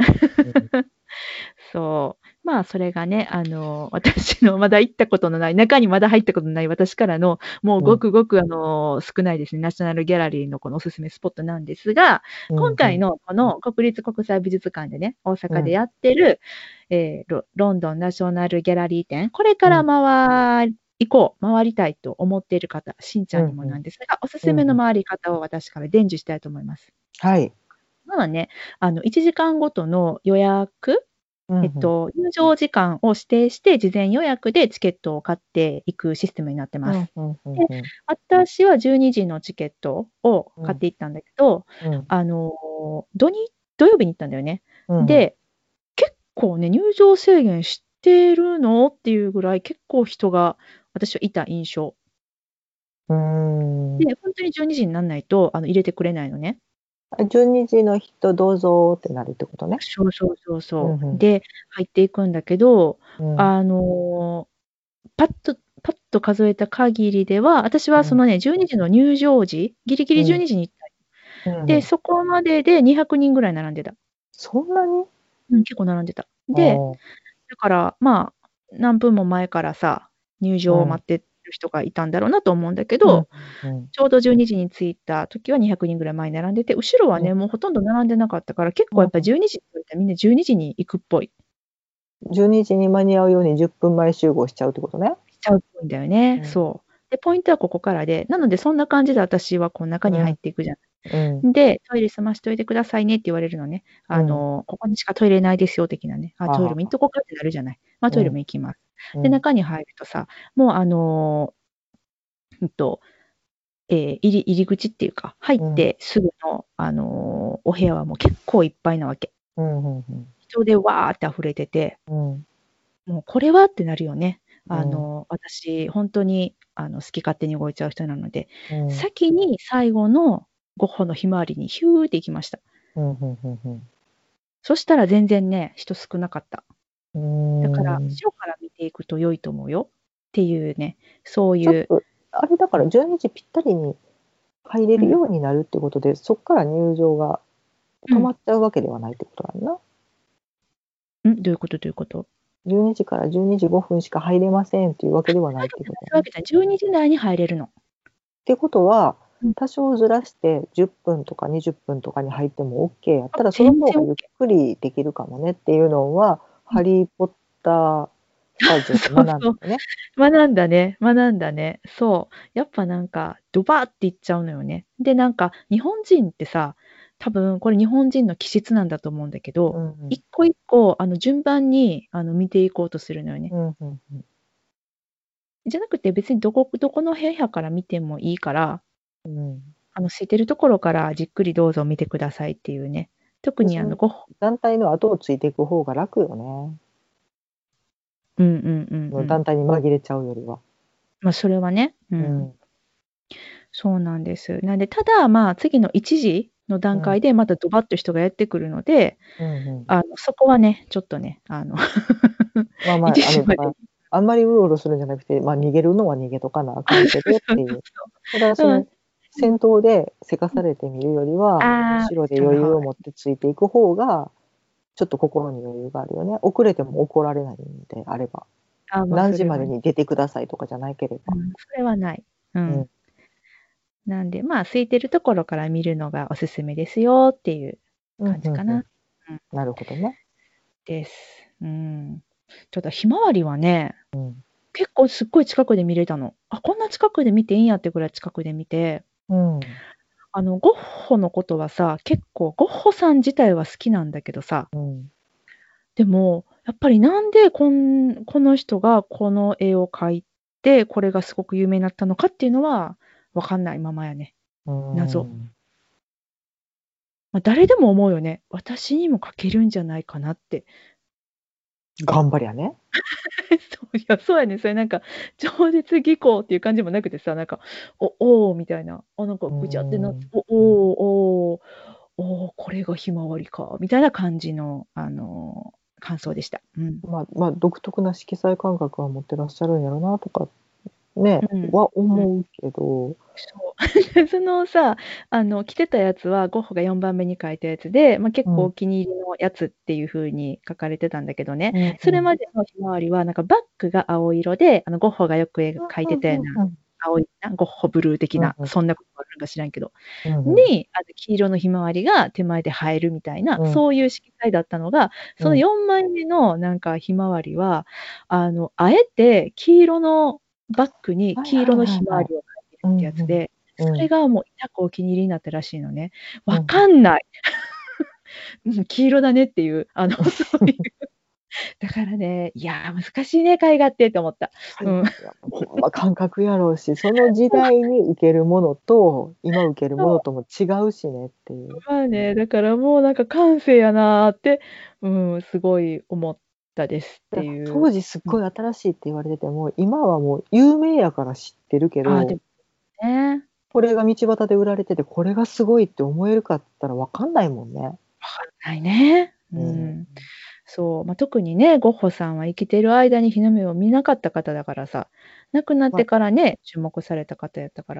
そう。それがね、私のまだ行ったことのない、中にまだ入ったことのない私からの、もうごくごく、少ないですね、ナショナルギャラリーのこのおすすめスポットなんですが、今回のこの国立国際美術館でね、大阪でやってる、ロンドンナショナルギャラリー展、これから回りたいと思っている方、しんちゃんにもなんですが、おすすめの回り方を私から伝授したいと思います。 はい。 ね、1時間ごとの予約、入場時間を指定して、事前予約でチケットを買っていくシステムになってます。で、私は12時のチケットを買っていったんだけど、土曜日に行ったんだよね。で、結構ね、入場制限してるのっていうぐらい結構人が私はいた印象。で、本当に12時にならないと入れてくれないのね。 12時の人どうぞってなるってことね。 そう。で、入っていくんだけど、パッと数えた限りでは、私はそのね、12時の入場時、ギリギリ12時に行った。 で、そこまでで200人ぐらい並んでた。 そんなに？ 結構並んでた。で、だから、まあ、何分も前からさ、入場を待ってる人がいたんだろうなと思うんだけど、ちょうど12時に着いた時は200人ぐらい前に並んでて、後ろはね、もうほとんど並んでなかったから、結構やっぱ12時って言われたらみんな12時に行くっぽい。 12時に間に合うように10分前集合しちゃうってことね。 しちゃうっぽいんだよね。そう。で、ポイントはここからで、なのでそんな感じで私はこう中に入っていくじゃん。で、トイレ済ましといてくださいねって言われるのね。ここにしかトイレないですよ的なね。トイレも行っとこうかってなるじゃない。トイレも行きます。で、中に入るとさ、もう入り口っていうか、入ってすぐの、お部屋はもう結構いっぱいなわけ。人でわーって溢れてて、もうこれはってなるよね。私、本当に好き勝手に動いちゃう人なので、先に最後のゴッホのひまわりにヒューって行きました。そしたら全然ね、人少なかった。だから、後ろから見ていくと良いと思うよっていうね、そういう。 あれだから12時ぴったりに入れるようになるってことで、そこから入場が止まっちゃうわけではないってことなんだな。どういうこと？ 12 時から12時5分しか入れませんっていうわけではないってことそういうわけじゃ12時台に入れるの。 ってことは、多少ずらして10分とか20分とかに入っても OK やったら、その方がゆっくりできるかもねっていうのは、ハリー・ポッタースタジオで学んだよね。 学んだね。そう。やっぱなんか、ドバーっていっちゃうのよね。で、なんか、日本人ってさ、多分これ日本人の気質なんだと思うんだけど、一個一個、順番に、見ていこうとするのよね。じゃなくて別にどこの部屋から見てもいいから、空いてるところからじっくりどうぞ見てくださいっていうね。特にゴッホ。 団体の後をついていく方が楽よね。団体に紛れちゃうよりは。 まあ、それはね。そうなんです。なんで、ただ、まあ、次の1時の段階でまたドバッと人がやってくるので、そこはね、ちょっとね、1時まで。 あんまりうろうろするんじゃなくて、逃げるのは逃げとかなあかんけどっていう。ただ先頭でせかされてみるよりは、後ろで余裕を持ってついていく方が、ちょっと心に余裕があるよね。遅れても怒られないのであれば。何時までに出てくださいとかじゃないければ。 それはない。なんで、まあ、空いてるところから見るのがおすすめですよっていう感じかな。 なるほどね。 です。ただ、ひまわりはね、結構すっごい近くで見れたの。こんな近くで見ていいんやってぐらい近くで見て、ゴッホのことはさ、結構ゴッホさん自体は好きなんだけどさ、でもやっぱりなんでこの人がこの絵を描いて、これがすごく有名になったのかっていうのは分かんないままやね。謎。誰でも思うよね。私にも描けるんじゃないかなって。 頑張りゃね。 そうやね。それなんか、超絶技巧っていう感じもなくてさ、なんか、おーみたいな。なんかぐちゃってなって、おー、これがひまわりか、みたいな感じの、感想でした。 独特な色彩感覚は持ってらっしゃるんやろなとかね、は思うけど。 そう。そのさ、着てたやつはゴッホが4番目に描いたやつで、結構お気に入りのやつっていう風に書かれてたんだけどね、それまでのひまわりはなんかバックが青色で、ゴッホがよく絵描いてたような、青いな、ゴッホブルー的な、そんなことあるんか知らんけど、に、黄色のひまわりが手前で映えるみたいな、そういう色彩だったのが、その4枚目のなんかひまわりは、あえて黄色のバックに黄色のひまわりを描いてるってやつで、それがもういたくお気に入りになったらしいのね。わかんない。黄色だねっていう、そういう。だからね、いや、難しいね、絵画ってって思った。 感覚やろうし、その時代に受けるものと、今受けるものとも違うしねっていう。 だからもうなんか感性やなって、すごい思ったですっていう。 当時すっごい新しいって言われてても、今はもう有名やから知ってるけど、これが道端で売られてて、これがすごいって思えるかったら分かんないもんね。分かんないね。そう、特にね、ゴッホさんは生きてる間に日の目を見なかった方だからさ、亡くなってからね、注目された方やったから。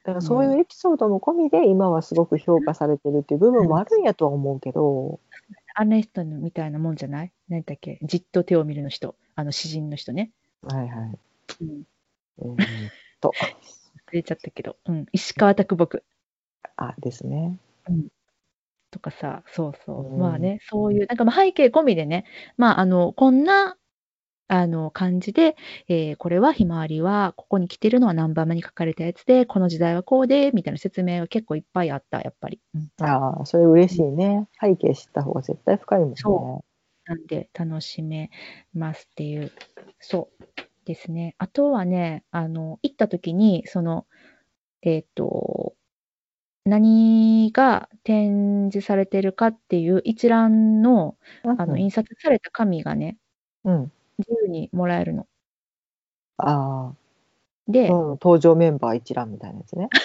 だからそういうエピソードも込みで今はすごく評価されてるっていう部分もあるんやとは思うけど、 あの人みたいなもんじゃない？何だっけ、じっと手を見るの人、詩人の人ね。 はいはい。 うん。 忘れちゃったけど、石川啄木。 ですね。 とかさ、そうそう。まあうん。 ね、そういう、なんか背景込みでね、こんな、感じで、これはひまわりは、ここに来てるのは何番目に書かれたやつで、この時代はこうで、みたいな説明が結構いっぱいあった、やっぱり。 それ嬉しいね。背景知った方が絶対深いもんね。 そう。なんで、楽しめますっていう、そうですね。あとはね、行った時に、えっと、何が展示されてるかっていう一覧の、印刷された紙がね、自由にもらえるの。で、 登場メンバー一覧みたいなやつね。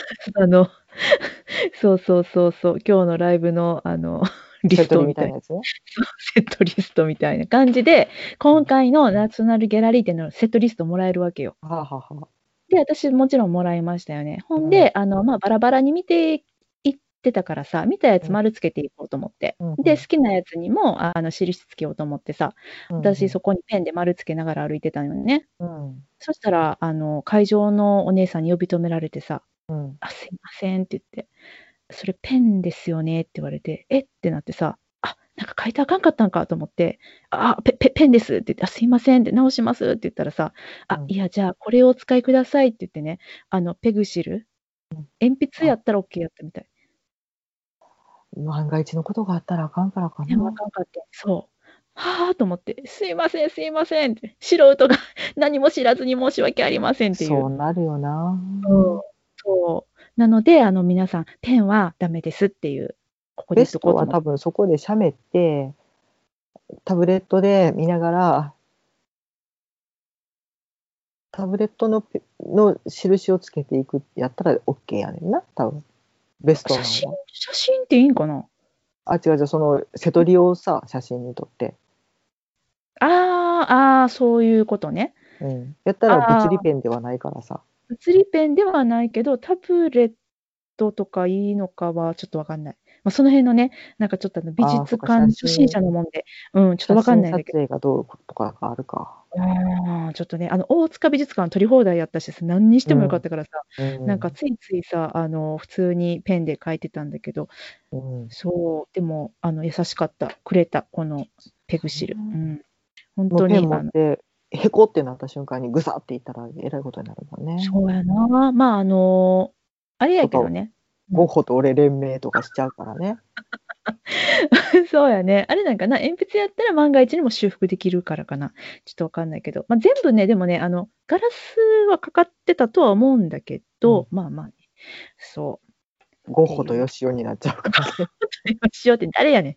そうそうそうそう、今日のライブの、リストみたいな。 やつね。 セットリストみたいな感じで、今回のナショナルギャラリー展のセットリストもらえるわけよ。で、私もちろんもらいましたよね。ほんで、バラバラに見ていってたからさ、見たやつ丸つけていこうと思って。で、好きなやつにも、印つけようと思ってさ、私そこにペンで丸つけながら歩いてたのよね。そしたら、会場のお姉さんに呼び止められてさ、すいませんって言って、それペンですよねって言われて、えってなってさ、なんか書いてあかんかったんかと思って、ペンですって言って、すいませんって直しますって言ったらさ、いや、じゃあこれをお使いくださいって言ってね、ペグシル、鉛筆やったら OK やったみたい。 万が一のことがあったらあかんからかでもあな。 かんかって。そう。はあと思って、すいません、すいませんって、素人が何も知らずに申し訳ありませんっていう。 そうなるよな。 そう。なので、皆さん、ペンはダメですっていう、ここに言っベスとこうと思って。 トは多分そこで写メって、タブレットで見ながら、タブレットの印をつけていくやったら OK やねんな、多分。ベストなのは。 写真っていいんかな？ 違う違う、その瀬戸りをさ、写真に撮って。 そういうことね。 やったら物理ペンではないからさ。 物理ペンではないけど、タブレットとかいいのかはちょっとわかんない。その辺のね、なんかちょっと美術館初心者のもんで、ちょっとわかんないんだけど。 写真撮影がどうとかがあるか。 ちょっとね、大塚美術館撮り放題やったしさ、何にしてもよかったからさ、なんかついついさ、普通にペンで書いてたんだけど、そう、でも、優しかった。くれた、このペグシル。本当に。 ペン持って、へこってなった瞬間にぐさっていったらえらいことになるもんね。 そうやな。あれやけどね。 ゴッホと俺連名とかしちゃうからね。 そうやね。あれなんかな、鉛筆やったら万が一にも修復できるからかな。ちょっとわかんないけど。全部ね、でもね、ガラスはかかってたとは思うんだけど、まあまあ、そう。 ゴッホとヨシオになっちゃうからね。 ヨシオって誰やねん。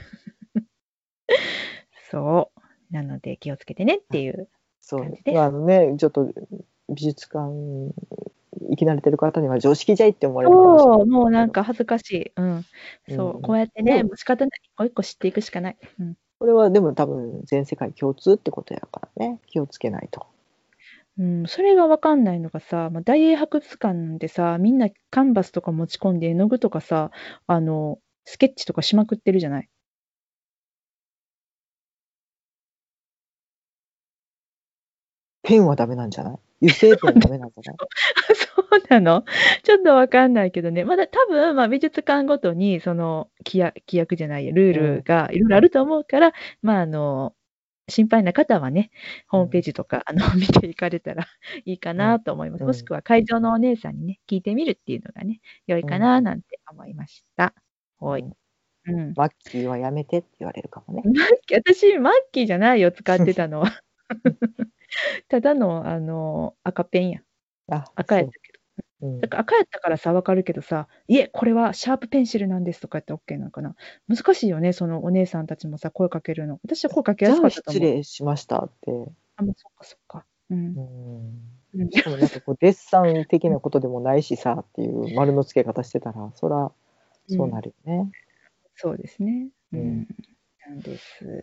そう。なので気をつけてねっていう感じです。 ちょっと美術館行き慣れてる方には常識じゃいって思われるかもしれない。 そう、もうなんか恥ずかしい。そう、こうやってね、もう仕方ない。一個一個知っていくしかない。 これはでも多分全世界共通ってことやからね。気をつけないと。 それが分かんないのがさ、大英博物館なんてさ、みんなカンバスとか持ち込んで絵の具とかさ、スケッチとかしまくってるじゃない。 ペンはダメなんじゃない？油性ペンダメなんじゃない？ そうなの？ちょっと分かんないけどね。まだ多分、美術館ごとに、規約じゃないや、ルールがいろいろあると思うから、心配な方はね、ホームページとか、見ていかれたらいいかなと思います。もしくは会場のお姉さんにね、聞いてみるっていうのがね、良いかななんて思いました。はい。 マッキーはやめてって言われるかもね。 私、マッキーじゃないよ、使ってたのは。ただの、赤ペンや。赤やったけど。だから赤やったからさ、わかるけどさ、いえ、これはシャープペンシルなんですとか言って OK なのかな。難しいよね、そのお姉さんたちもさ、声かけるの。私は声かけやすかったと思う。 失礼しましたって。 もうそっかそっか。 しかもなんかデッサン的なことでもないしさっていう丸の付け方してたら、そら、そうなるよね。 そうですね。なんです。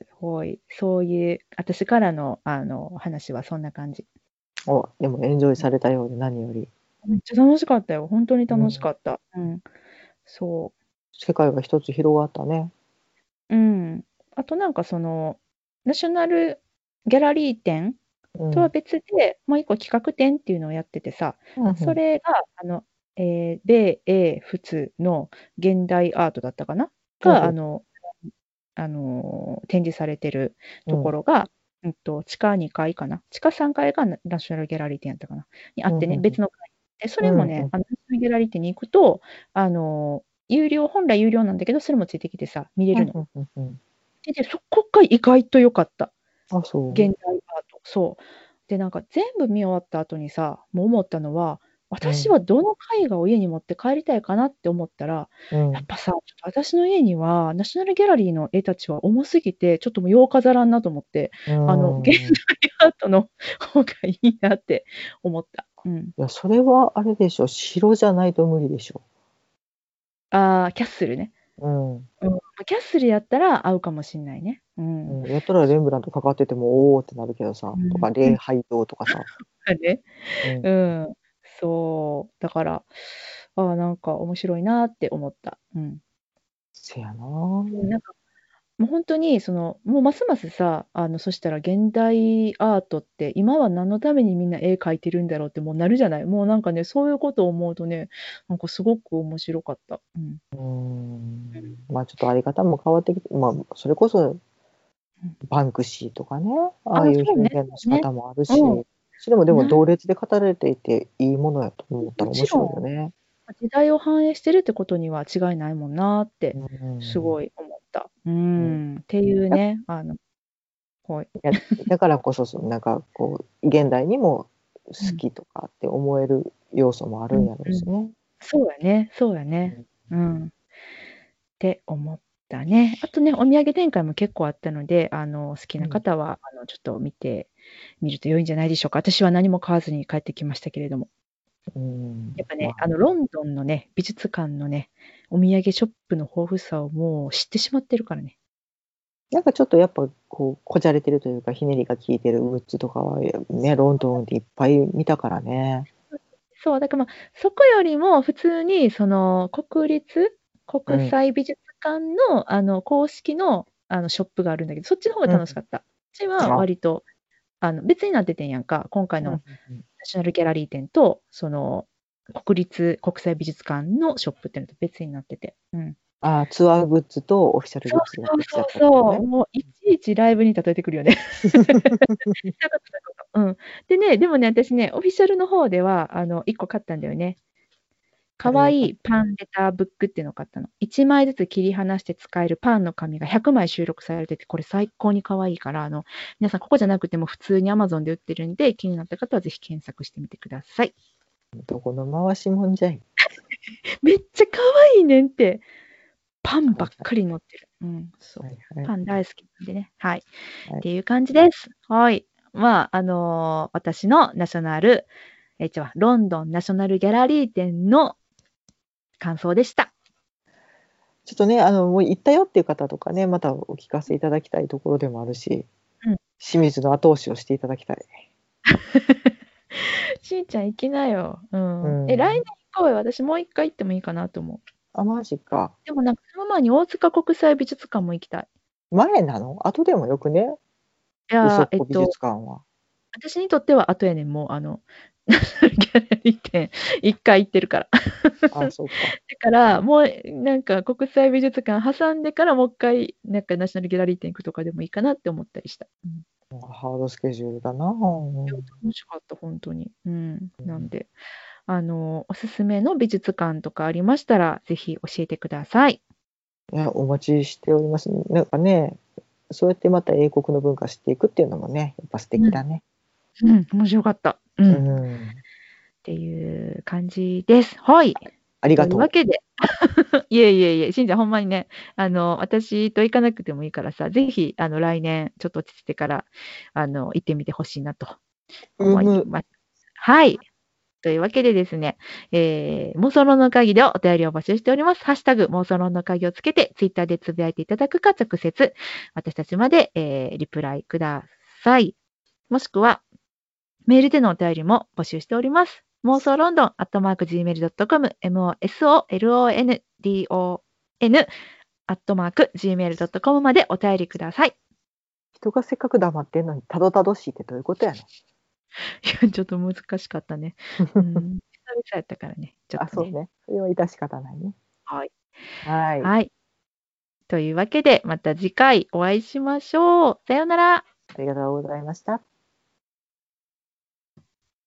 はい。そういう、私からの、話はそんな感じ。 でもエンジョイされたようで何より。 めっちゃ楽しかったよ。本当に楽しかった。そう。 世界が一つ広がったね。 あとなんかナショナルギャラリー展とは別で、もう一個企画展っていうのをやっててさ、それが、米英仏の現代アートだったかなが、展示されてるところが、地下2階かな。地下3階がナショナルギャラリー展やったかな。にあってね、別の階。で、それもね、ナショナルギャラリー展に行くと、本来有料なんだけど、それもついてきてさ、見れるの。で、そこが意外と良かった。現代アート。そう。で、なんか全部見終わった後にさ、もう思ったのは、私はどの絵画を家に持って帰りたいかなって思ったら、やっぱさ、ちょっと私の家にはナショナルギャラリーの絵たちは重すぎて、ちょっともうよう飾らんなと思って、現代アートの方がいいなって思った。 いや、それはあれでしょ、城じゃないと無理でしょ。 キャッスルね。キャッスルやったら合うかもしんないね。 やったらレンブラントかかってても、おーってなるけどさ、とか、礼拝堂とかさ。 そう。だから、なんか面白いなって思った。 せやな。 なんか、もう本当に、もうますますさ、そしたら現代アートって、今は何のためにみんな絵描いてるんだろうってもうなるじゃない。もうなんかね、そういうことを思うとね、なんかすごく面白かった。 まあちょっとあり方も変わってきて、まあそれこそバンクシーとかね、ああいう表現の仕方もあるし、それもでも同列で語られていていいものやと思ったら面白いよね。 時代を反映してるってことには違いないもんなって、すごい思った。っていうね、はい。 だからこそ、なんかこう、現代にも好きとかって思える要素もあるんやろうしね。 そうやね、そうやね。って思ったね。あとね、お土産展開も結構あったので、好きな方は、ちょっと見てみると良いんじゃないでしょうか。私は何も買わずに帰ってきましたけれども。やっぱね、ロンドンのね、美術館のね、お土産ショップの豊富さをもう知ってしまってるからね。 なんかちょっとやっぱこう、こじゃれてるというか、ひねりが効いてるグッズとかはね、ロンドンでいっぱい見たからね。 そう、だからそこよりも普通に国立国際美術館の、公式の、ショップがあるんだけど、そっちの方が楽しかった。こっちは割と、別になっててんやんか。今回のナショナルギャラリー展と、国立国際美術館のショップっていうのと別になってて。 ツアーグッズとオフィシャルグッズが別だったそう。もういちいちライブに例えてくるよね。でね、でもね、私ね、オフィシャルの方では、1個買ったんだよね。かわいいパンレターブックっていうのを買ったの。1枚ずつ切り離して使えるパンの紙が100枚収録されてて、これ最高にかわいいから、皆さんここじゃなくても普通に Amazon で売ってるんで、気になった方はぜひ検索してみてください。 どこの回しもんじゃい。 めっちゃかわいいねんって。パンばっかり載ってる。そう。パン大好きなんでね。はい。っていう感じです。はい。まあ、私のナショナル、ロンドンナショナルギャラリー展の感想でした。 ちょっとね、もう行ったよっていう方とかね、またお聞かせいただきたいところでもあるし、清水の後押しをしていただきたい。 しんちゃん行きなよ。来年行こうよ。私もう一回行ってもいいかなと思う。 マジか。 でもなんかその前に大塚国際美術館も行きたい。 前なの？後でもよくね？ いや、 美術館は。 私にとっては後やねん、もうナショナルギャラリー展1回行ってるから。 そうか。 だから、もうなんか国際美術館挟んでからもう一回、なんかナショナルギャラリー展行くとかでもいいかなって思ったりした。 ハードスケジュールだな。 楽しかった、本当に。なんで、おすすめの美術館とかありましたら、ぜひ教えてください。 いや、お待ちしております。なんかね、そうやってまた英国の文化知っていくっていうのもね、やっぱ素敵だね。 面白かった。っていう感じです。はい。 ありがとう。 というわけで、いえいえいえ、しんちゃんほんまにね、私と行かなくてもいいからさ、ぜひ、来年、ちょっと落ち着いてから、行ってみてほしいなと思います。はい。というわけでですね、妄想論の会議ではお便りを募集しております。ハッシュタグ妄想論の会議をつけて、ツイッターでつぶやいていただくか、直接、私たちまで、リプライください。もしくは、メールでのお便りも募集しております。 妄想ロンドン@gmail.com、mosolondon@gmail.com までお便りください。 人がせっかく黙ってんのにたどたどしいってどういうことやねん。 いや、ちょっと難しかったね。久々やったからね。ちょっとね。 そうね。それは致し方ないね。 はい。 はい。 はい。というわけで、また次回お会いしましょう。さようなら。 ありがとうございました。